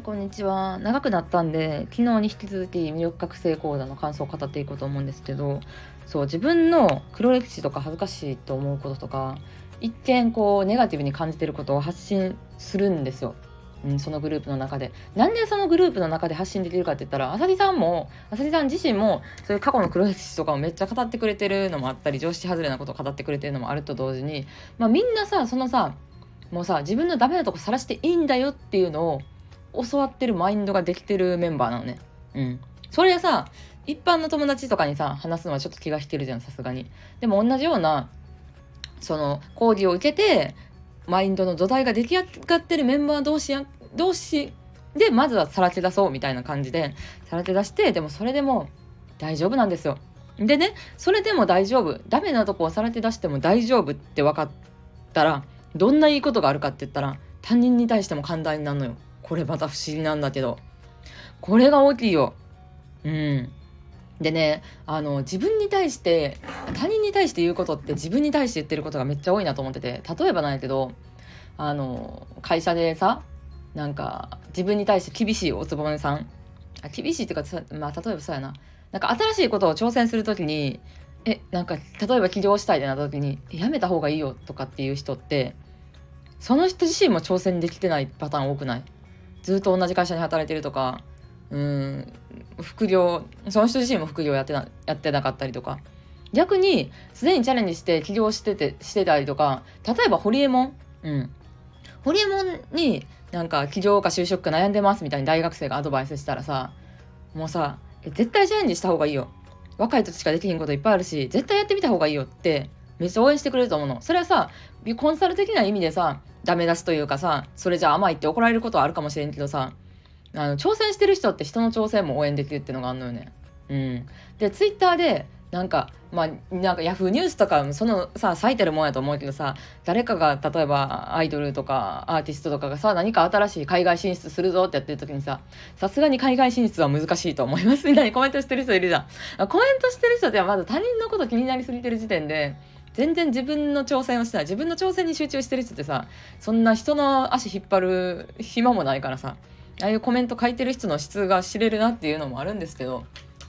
こんにちは。長くなったんで、昨日に引き続き魅力覚醒講座の感想を語っていこうと思うんですけど、自分の黒歴史とか恥ずかしいと思うこととか、一見ネガティブに感じていることを発信するんですよ。そのグループの中で。なんでそのグループの中で発信できるかって言ったら、あさりさん自身もそういう過去の黒歴史とかをめっちゃ語ってくれてるのもあったり、常識外れなことを語ってくれてるのもあると同時に、みんなさ、もうさ、自分のダメなとこ晒していいんだよっていうのを教わってるマインドができてるメンバーなのね。それさ、一般の友達とかにさ、話すのはちょっと気が引けるじゃん、さすがに。でも同じような、その講義を受けて、マインドの土台が出来上がってるメンバー同士で、まずはさらけ出そうみたいな感じで、さらけ出して、でもそれでも大丈夫なんですよ。でね、それでも大丈夫。ダメなとこをさらけ出しても大丈夫って分かったら、どんないいことがあるかって言ったら、他人に対しても寛大になるのよ。これまた不思議なんだけど。これが大きいよ。でね、自分に対して、他人に対して言うことって自分に対して言ってることがめっちゃ多いなと思ってて、例えばなんやけど、会社でさ、なんか自分に対して厳しいおつぼねさん。厳しいっていうか、例えばそうやな。なんか新しいことを挑戦するときに、なんか例えば起業したいってなった時に、やめた方がいいよとかっていう人って、その人自身も挑戦できてないパターン多くない？ずっと同じ会社に働いてるとか、副業、その人自身も副業やってなかったりとか、逆にすでにチャレンジして起業してたりとか、例えばホリエモン、ホリエモンになんか起業か就職か悩んでますみたいに大学生がアドバイスしたらさ、もうさ、絶対チャレンジした方がいいよ。若い時しかできひんこといっぱいあるし、絶対やってみた方がいいよってめっちゃ応援してくれると思うの。それはさ、コンサル的な意味でさ、ダメ出しというかさ、それじゃ甘いって怒られることはあるかもしれんけどさ、挑戦してる人って人の挑戦も応援できるっていうのがあるのよね。で、ツイッターで、なんかヤフーニュースとか、そのさ、最たるもんやと思うけどさ、誰かが、例えばアイドルとかアーティストとかがさ、何か新しい海外進出するぞってやってる時にさ、さすがに海外進出は難しいと思いますみたいにコメントしてる人いるじゃん。コメントしてる人ってまず他人のこと気になりすぎてる時点で、全然自分の挑戦をしてない。自分の挑戦に集中してる人ってさ、そんな人の足引っ張る暇もないからさ、ああいうコメント書いてる人の質が知れるなっていうのもあるんですけど、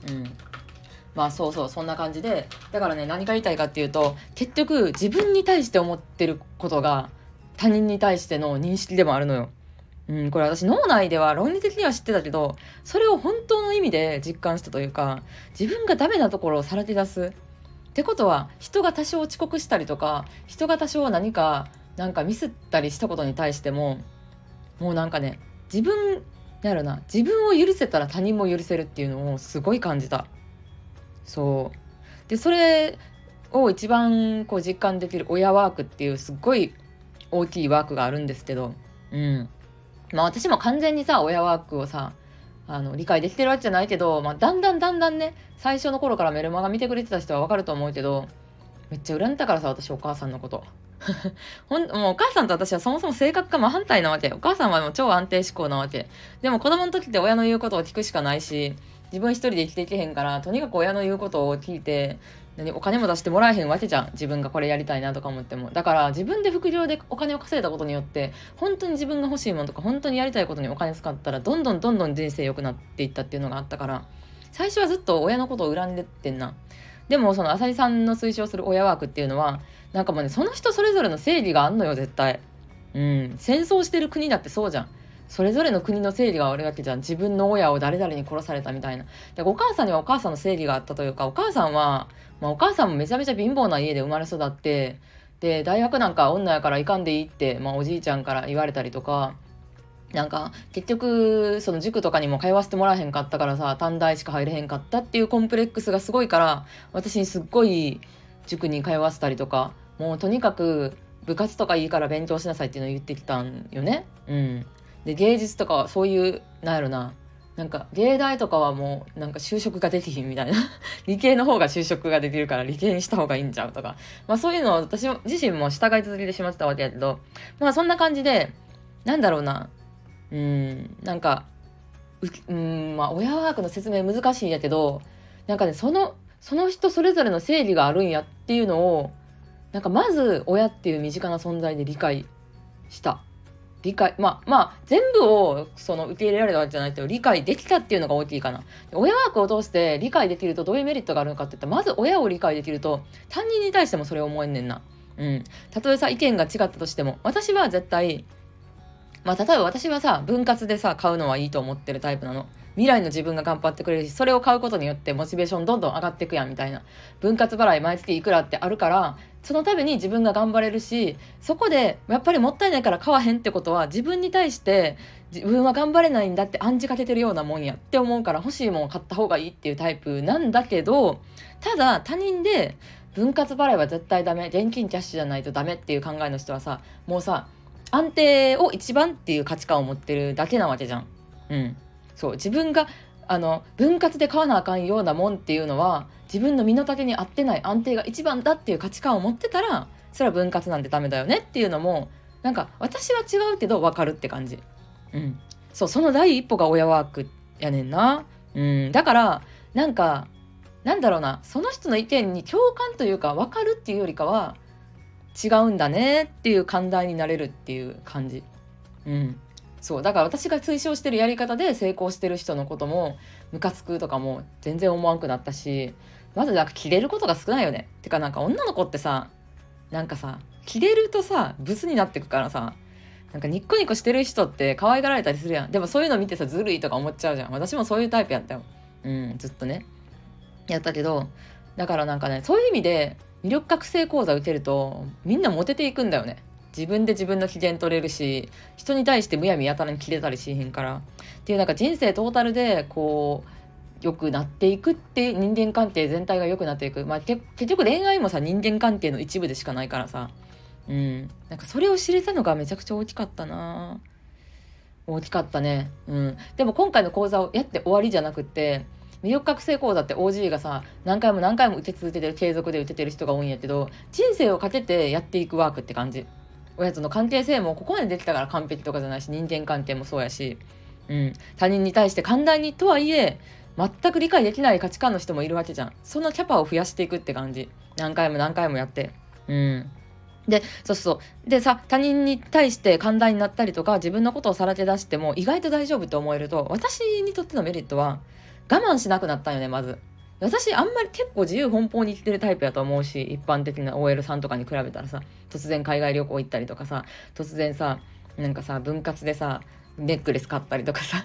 そんな感じで、だからね、何が言いたいかっていうと、結局自分に対して思ってることが他人に対しての認識でもあるのよ。これ私脳内では論理的には知ってたけど、それを本当の意味で実感したというか、自分がダメなところをさらけ出すってことは、人が多少遅刻したりとか、人が多少なんかミスったりしたことに対しても、もうなんかね、自分自分を許せたら他人も許せるっていうのをすごい感じた。で、それを一番実感できる親ワークっていうすっごい大きいワークがあるんですけど、私も完全にさ、親ワークをさ、理解できてるわけじゃないけど、だんだんね、最初の頃からメルマガ見てくれてた人はわかると思うけど、めっちゃ恨んでたからさ、私お母さんのこと。もうお母さんと私はそもそも性格が真反対なわけ。お母さんはもう超安定志向なわけ。でも子供の時って親の言うことを聞くしかないし、自分一人で生きていけへんから、とにかく親の言うことを聞いて、お金も出してもらえへんわけじゃん。自分がこれやりたいなとか思っても。だから自分で副業でお金を稼いだことによって、本当に自分が欲しいものとか、本当にやりたいことにお金使ったら、どんどん人生良くなっていったっていうのがあったから、最初はずっと親のことを恨んでってんな。でもその浅利さんの推奨する親ワークっていうのは、なんかもうね、その人それぞれの正義があんのよ、絶対。戦争してる国だってそうじゃん。それぞれの国の正義があるわけじゃん。自分の親を誰々に殺されたみたいな。で、お母さんにはお母さんの正義があったというか、お母さんは、お母さんもめちゃめちゃ貧乏な家で生まれ育って、で、大学なんか女やから行かんでいいって、おじいちゃんから言われたりとか、なんか結局その塾とかにも通わせてもらえへんかったからさ、短大しか入れへんかったっていうコンプレックスがすごいから、私にすっごい塾に通わせたりとか、もうとにかく部活とかいいから勉強しなさいっていうのを言ってきたんよね。で、芸術とかはそういう、なんか芸大とかはもうなんか就職ができひんみたいな理系の方が就職ができるから理系にした方がいいんちゃうとか、そういうのを私自身も従い続けてしまってたわけやけど、そんな感じで、なんだろうな、なんか親ワークの説明難しいんやけど、なんかね、その人それぞれの正義があるんやっていうのを、なんかまず親っていう身近な存在で理解したっ理解、全部をその受け入れられたわけじゃないけど理解できたっていうのが大きいかな。親ワークを通して理解できるとどういうメリットがあるのかって言ったら、まず親を理解できると他人に対してもそれを思えんねんな。たとえさ意見が違ったとしても、私は絶対、例えば私はさ分割でさ買うのはいいと思ってるタイプなの。未来の自分が頑張ってくれるし、それを買うことによってモチベーションどんどん上がっていくやんみたいな。分割払い毎月いくらってあるから、そのために自分が頑張れるし、そこでやっぱりもったいないから買わへんってことは、自分に対して自分は頑張れないんだって暗示かけてるようなもんやって思うから、欲しいもんを買った方がいいっていうタイプなんだけど、ただ他人で分割払いは絶対ダメ、現金キャッシュじゃないとダメっていう考えの人はさ、もうさ安定を一番っていう価値観を持ってるだけなわけじゃん。そう、自分が分割で買わなあかんようなもんっていうのは、自分の身の丈に合ってない、安定が一番だっていう価値観を持ってたら、それは分割なんてダメだよねっていうのも、なんか私は違うけど分かるって感じ。そう、その第一歩が親ワークやねんな。だからなんだろうな、その人の意見に共感というか分かるっていうよりかは、違うんだねっていう寛大になれるっていう感じ。そうだから私が推奨してるやり方で成功してる人のこともムカつくとかも全然思わんくなったし、まずキレることが少ないよね。てか女の子ってさ、キレるとさブスになってくからさ、ニッコニコしてる人って可愛がられたりするやん。でもそういうの見てさ、ずるいとか思っちゃうじゃん。私もそういうタイプやったよ。ずっとねやったけど、だからそういう意味で魅力覚醒講座受けるとみんなモテていくんだよね。自分で自分の機嫌取れるし、人に対してむやみやたらにキレたりしへんからっていう、人生トータルでこう良くなっていくって、人間関係全体が良くなっていく。結局恋愛もさ人間関係の一部でしかないからさ、それを知れたのがめちゃくちゃ大きかったな。大きかったね。でも今回の講座をやって終わりじゃなくって、魅力覚醒講座って OG がさ何回も何回も受け続けてる、継続で受けてる人が多いんやけど、人生をかけてやっていくワークって感じ。親との関係性もここまでできたから完璧とかじゃないし、人間関係もそうやし、他人に対して寛大にとはいえ全く理解できない価値観の人もいるわけじゃん。そのキャパを増やしていくって感じ。何回も何回もやって。で、でさ、他人に対して寛大になったりとか、自分のことをさらけ出しても意外と大丈夫って思えると、私にとってのメリットは我慢しなくなったんよね。まず私あんまり結構自由奔放に生きてるタイプやと思うし、一般的な OL さんとかに比べたらさ、突然海外旅行行ったりとかさ、突然さ分割でさネックレス買ったりとかさ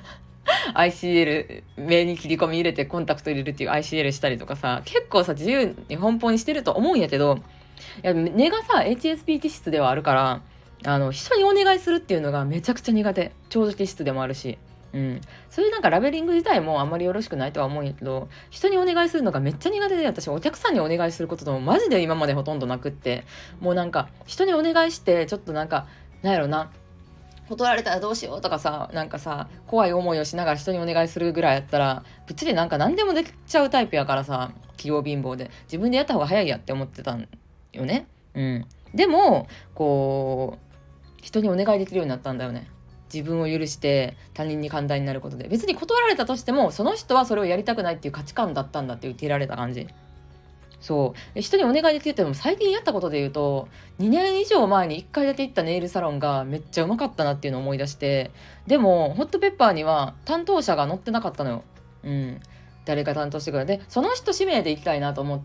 ICL 目に切り込み入れてコンタクト入れるっていう ICL したりとかさ、結構さ自由に奔放にしてると思うんやけど、いや根がさ HSP 気質ではあるから、人にお願いするっていうのがめちゃくちゃ苦手。長寿気質でもあるし、そういうラベリング自体もあんまりよろしくないとは思うんやけど、人にお願いするのがめっちゃ苦手で、私お客さんにお願いすることともマジで今までほとんどなくって、もう人にお願いしてちょっとなんやろな、断られたらどうしようとかさ、怖い思いをしながら人にお願いするぐらいやったら、ぶっちり何でもできちゃうタイプやからさ、器用貧乏で自分でやった方が早いやって思ってたんよね。でもこう人にお願いできるようになったんだよね。自分を許して他人に寛大になることで、別に断られたとしてもその人はそれをやりたくないっていう価値観だったんだって受け入れられた感じ。そう人にお願いできるっても最近やったことで言うと、2年以上前に1回だけ行ったネイルサロンがめっちゃうまかったなっていうのを思い出して、でもホットペッパーには担当者が載ってなかったのよ。誰か担当してくれて、その人指名で行きたいなと思って、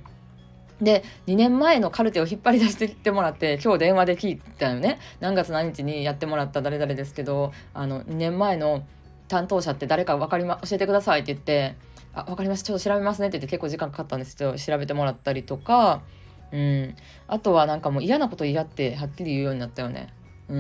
で2年前のカルテを引っ張り出してきてもらって、今日電話で聞いたよね。何月何日にやってもらった誰々ですけど、2年前の担当者って誰か教えてくださいって言って、分かりました、ちょっと調べますねって言って結構時間かかったんですけど、調べてもらったりとか、あとはもう嫌なこと嫌ってはっきり言うようになったよね。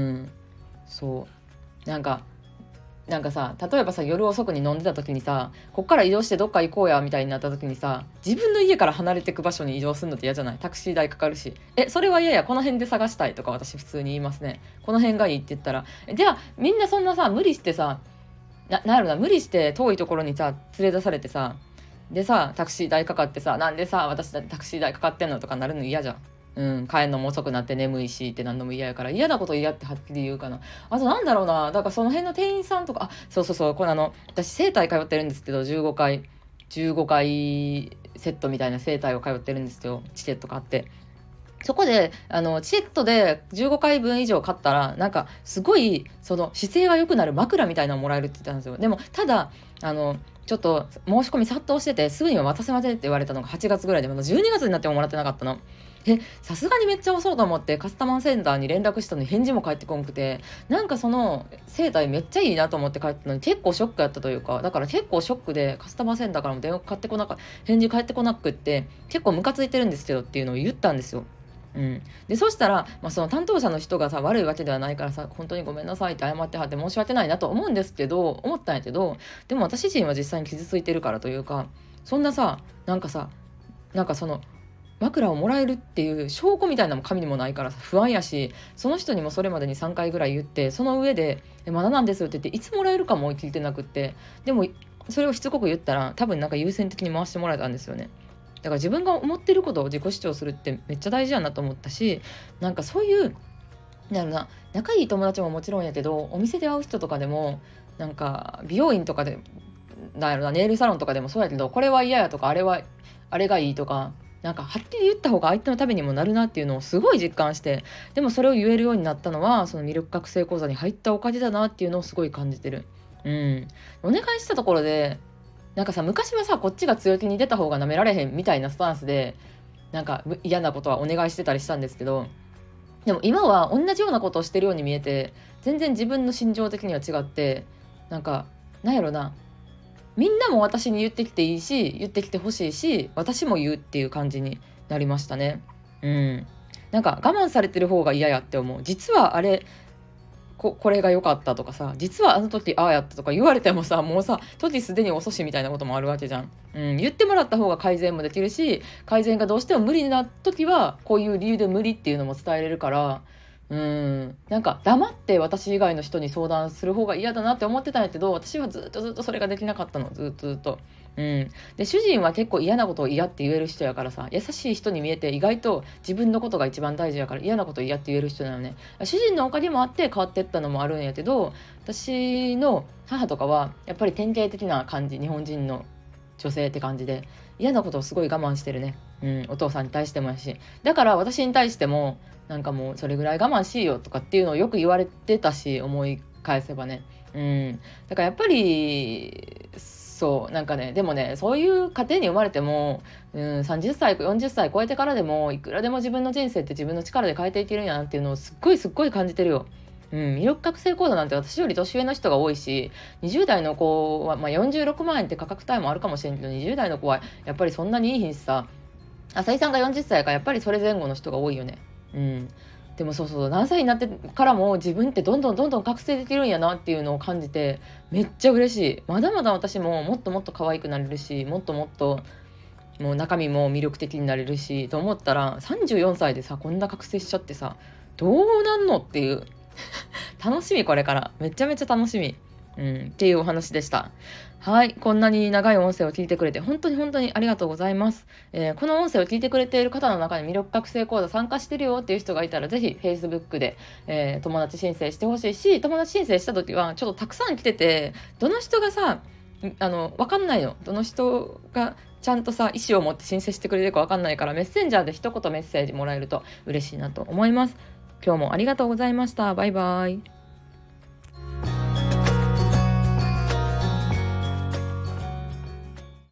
そうさ、例えばさ夜遅くに飲んでた時にさ、こっから移動してどっか行こうやみたいになった時にさ、自分の家から離れていく場所に移動するのって嫌じゃない？タクシー代かかるし、それは嫌や、この辺で探したいとか私普通に言いますね。この辺がいいって言ったら、じゃあみんなそんなさ無理してさ、無理して遠いところにさ連れ出されてさ、でさタクシー代かかってさ、なんでさ私だってタクシー代かかってんのとかなるの嫌じゃん。帰るのも遅くなって眠いしってなんのも嫌やから、嫌なこと嫌ってはっきり言うかな。あとだからその辺の店員さんとか、これ私整体通ってるんですけど、15回セットみたいな整体を通ってるんですよ。チケット買って。 そこでチケットで15回分以上買ったらなんかすごいその姿勢が良くなる枕みたいなのもらえるって言ったんですよ。でもただちょっと申し込み殺到しててすぐには渡せませんって言われたのが8月ぐらいで、まだ12月になってももらってなかったの。さすがにめっちゃ遅そうと思ってカスタマーセンターに連絡したのに返事も返ってこんくて、なんかその生態めっちゃいいなと思って帰ったのに結構ショックやったというか、だから結構ショックでカスタマーセンターからも電話返事返ってこなくって結構ムカついてるんですけどっていうのを言ったんですよ。でそしたら、その担当者の人がさ悪いわけではないからさ、本当にごめんなさいって謝ってはって申し訳ないなと思ったんやけど、でも私自身は実際に傷ついてるからというか、そんなさなんかその枕をもらえるっていう証拠みたいなのも紙にもないからさ不安やし、その人にもそれまでに3回ぐらい言って、その上でまだなんですって言っていつもらえるかも聞いてなくって、でもそれをしつこく言ったら多分なんか優先的に回してもらえたんですよね。だから自分が思ってることを自己主張するってめっちゃ大事やなと思ったし、なんかそういう仲いい友達ももちろんやけど、お店で会う人とかでも、なんか美容院とかでネイルサロンとかでもそうやけど、これは嫌やとかあれがいいとか、なんかはっきり言った方が相手のためにもなるなっていうのをすごい実感して、でもそれを言えるようになったのはその魅力覚醒講座に入ったおかげだなっていうのをすごい感じてる。お願いしたところでなんかさ、昔はさこっちが強気に出た方が舐められへんみたいなスタンスでなんか嫌なことはお願いしてたりしたんですけど、でも今は同じようなことをしてるように見えて、全然自分の心情的には違って、なんやろな、みんなも私に言ってきていいし言ってきてほしいし、私も言うっていう感じになりましたね。なんか我慢されてる方が嫌やって思う。実はあれこれが良かったとかさ、実はあの時ああやったとか言われてもさ、もうさ時すでに遅しみたいなこともあるわけじゃん。言ってもらった方が改善もできるし、改善がどうしても無理な時はこういう理由で無理っていうのも伝えれるから、なんか黙って私以外の人に相談する方が嫌だなって思ってたんやけど、私はずっとそれができなかったの、ずっと。で主人は結構嫌なことを嫌って言える人やからさ、優しい人に見えて意外と自分のことが一番大事やから嫌なことを嫌って言える人なのね。主人のおかげもあって変わってったのもあるんやけど、私の母とかはやっぱり典型的な感じ、日本人の女性って感じで嫌なことをすごい我慢してるね。お父さんに対してもやし、だから私に対してもなんかもうそれぐらい我慢しいよとかっていうのをよく言われてたし、思い返せばね。だからやっぱりそうなんかね、でもね、そういう家庭に生まれても、30歳40歳超えてからでもいくらでも自分の人生って自分の力で変えていけるんやなっていうのをすっごい感じてるよ。魅力覚醒講座なんて私より年上の人が多いし、20代の子は、46万円って価格帯もあるかもしれんけど、20代の子はやっぱりそんなにいい品質さ、浅井さんが40歳からやっぱりそれ前後の人が多いよね。でもそう何歳になってからも自分ってどんどん覚醒できるんやなっていうのを感じてめっちゃ嬉しい。まだまだ私ももっともっと可愛くなれるし、もっともっともう中身も魅力的になれるしと思ったら、34歳でさこんな覚醒しちゃってさ、どうなんのっていう楽しみ、これからめちゃめちゃ楽しみ。っていうお話でした。はい、こんなに長い音声を聞いてくれて本当にありがとうございます。この音声を聞いてくれている方の中に魅力覚醒講座参加してるよっていう人がいたら、ぜひ Facebook で、友達申請してほしいし、友達申請した時はちょっとたくさん来てて、どの人がさわかんないの、どの人がちゃんとさ意思を持って申請してくれるかわかんないから、メッセンジャーで一言メッセージもらえると嬉しいなと思います。今日もありがとうございました。バイバイ。